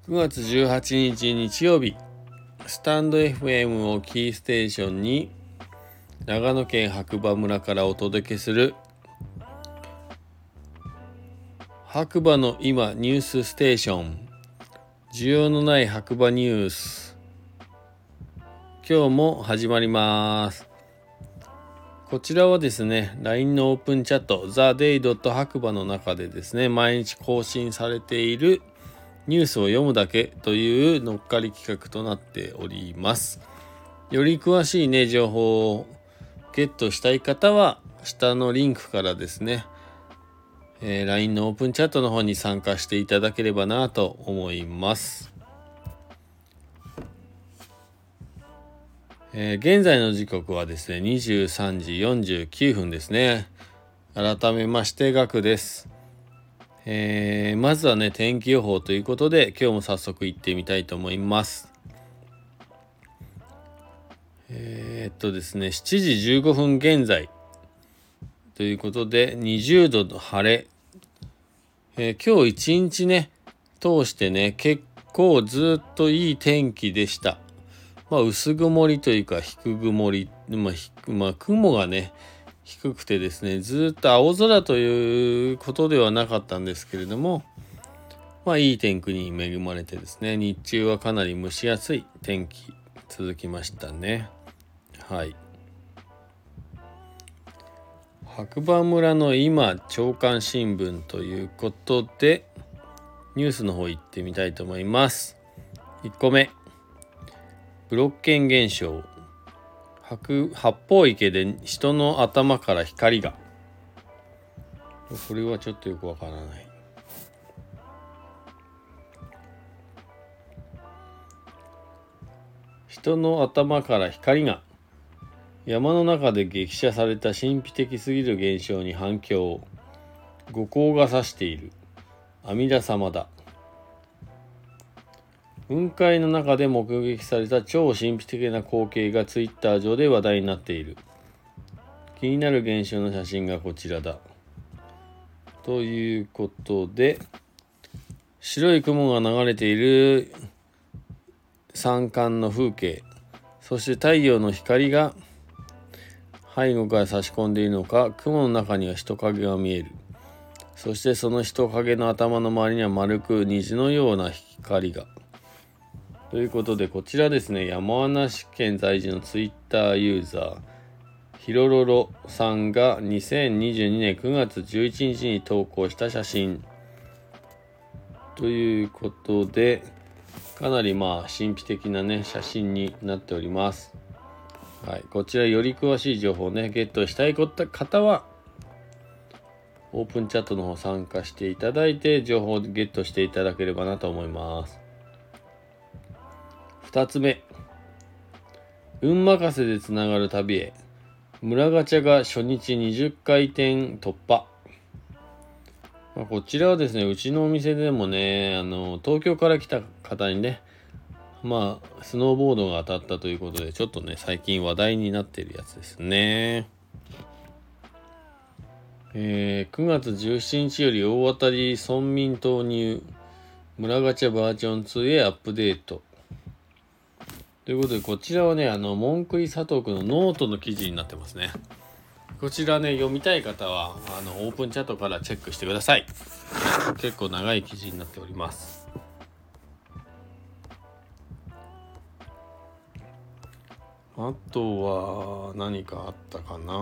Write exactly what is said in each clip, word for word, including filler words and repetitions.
くがつじゅうはちにち日曜日、スタンド エフエム をキーステーションに長野県白馬村からお届けする白馬の今ニュースステーション、需要のない白馬ニュース、今日も始まります。こちらはですね ライン のオープンチャット ザデイ 白馬の中でですね毎日更新されているニュースを読むだけという乗っかり企画となっております。より詳しいね情報をゲットしたい方は下のリンクからですね、えー、ライン のオープンチャットの方に参加していただければなと思います。えー、現在の時刻はですねにじゅうさんじよんじゅうきゅうふんですね。改めましてガクです。えー、まずはね天気予報ということで今日も早速行ってみたいと思います。えー、っとですねしちじじゅうごふん現在ということでにじゅうどの晴れ、えー、今日一日ね通してね結構ずっといい天気でした。まあ薄曇りというか低曇り、まあ、まあ、雲がね低くてですねずっと青空ということではなかったんですけれども、まあいい天気に恵まれてですね日中はかなり蒸し暑い天気続きましたね。はい。白馬村の今朝刊新聞ということでニュースの方行ってみたいと思います。いっこめ、ブロッケン現象、八方池で人の頭から光が。これはちょっとよくわからない。人の頭から光が。山の中で激写された神秘的すぎる現象に反響。五光が差している。阿弥陀様だ。雲海の中で目撃された超神秘的な光景がツイッター上で話題になっている。気になる現象の写真がこちらだ。ということで、白い雲が流れている山間の風景、そして太陽の光が背後から差し込んでいるのか、雲の中には人影が見える。そしてその人影の頭の周りには丸く虹のような光が。ということでこちらですね山梨県在住のツイッターユーザーひろろろさんがにせんにじゅうにねんくがつじゅういちにちに投稿した写真ということでかなりまあ神秘的なね写真になっております。はい、こちらより詳しい情報をねゲットしたい方はオープンチャットの方参加していただいて情報をゲットしていただければなと思います。ふたつめ、運任せでつながる旅へ、村ガチャが初日にじゅっかいてん突破。まあ、こちらはですねうちのお店でもねあの東京から来た方にねまあスノーボードが当たったということでちょっとね最近話題になっているやつですね。えー、くがつじゅうしちにちより大当たり村民投入村ガチャバージョンツーへアップデートということでこちらはねあのモンクリ佐藤くんのノートの記事になってますね。こちらね読みたい方はあのオープンチャットからチェックしてください。結構長い記事になっております。あとは何かあったかな。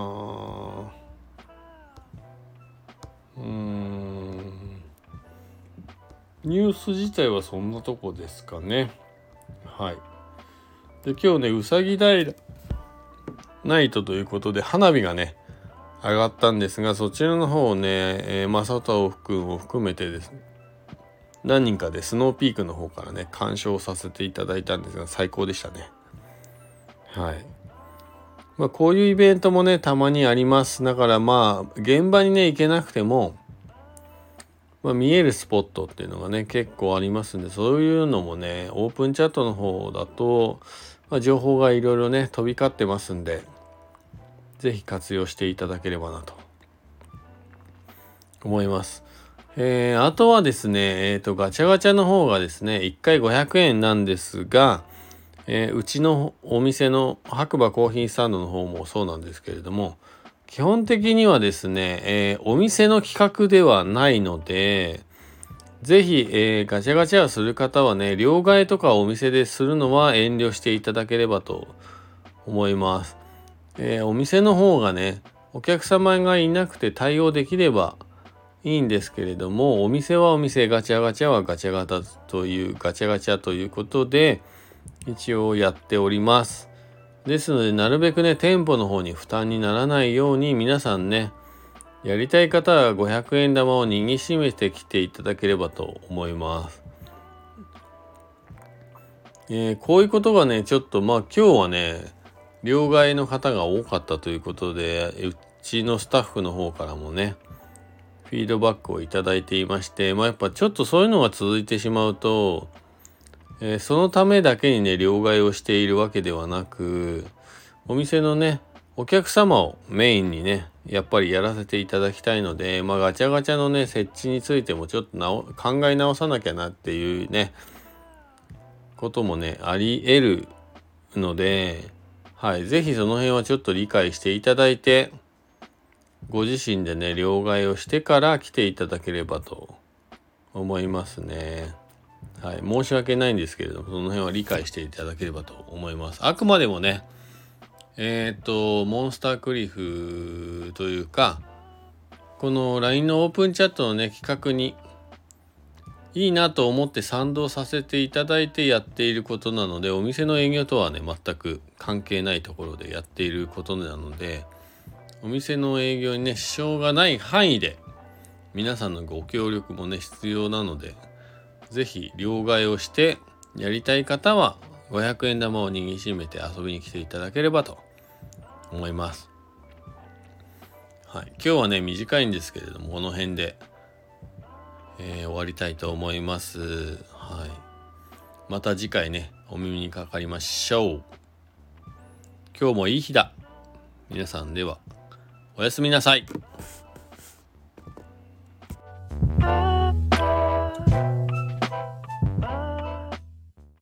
うーんニュース自体はそんなとこですかね。はい。で今日ねうさぎ平ナイトということで花火がね上がったんですがそちらの方をね、えー、正太くんを含めてですね何人かでスノーピークの方からね鑑賞させていただいたんですが最高でしたね。はい。まあこういうイベントもねたまにあります。だからまあ現場にね行けなくても、まあ、見えるスポットっていうのがね結構ありますんでそういうのもねオープンチャットの方だと、まあ、情報がいろいろね飛び交ってますんでぜひ活用していただければなと思います。 えー、あとはですね、えーと、ガチャガチャの方がですね、いっかいごひゃくえんなんですが、えー、うちのお店の白馬コーヒースタンドの方もそうなんですけれども、基本的にはですね、えー、お店の企画ではないので、ぜひ、えー、ガチャガチャをする方はね、両替とかお店でするのは遠慮していただければと思います。えー、お店の方がね、お客様がいなくて対応できればいいんですけれども、お店はお店、ガチャガチャはガチャガチャという、ガチャガチャということで、一応やっております。ですので、なるべくね、店舗の方に負担にならないように、皆さんね、やりたい方はごひゃくえん玉を握りしめてきていただければと思います。えー、こういうことがね、ちょっとまあ今日はね、両替の方が多かったということで、うちのスタッフの方からもね、フィードバックをいただいていまして、まあやっぱちょっとそういうのが続いてしまうと、えー、そのためだけにね、両替をしているわけではなく、お店のね、お客様をメインにね、やっぱりやらせていただきたいので、まあガチャガチャのね、設置についてもちょっとなお考え直さなきゃなっていうね、こともね、あり得るので、はい、ぜひその辺はちょっと理解していただいて、ご自身でね、両替をしてから来ていただければと思いますね。はい、申し訳ないんですけれども、その辺は理解していただければと思います。あくまでもね、えっと、モンスタークリフというか、この ライン のオープンチャットのね、企画にいいなと思って賛同させていただいてやっていることなので、お店の営業とはね、全く関係ないところでやっていることなので、お店の営業にね、支障がない範囲で、皆さんのご協力もね、必要なので、ぜひ両替をしてやりたい方はごひゃくえん玉を握りしめて遊びに来ていただければと思います。はい、今日はね短いんですけれどもこの辺で、えー、終わりたいと思います。はい、また次回ねお耳にかかりましょう。今日もいい日だ。皆さんではおやすみなさい。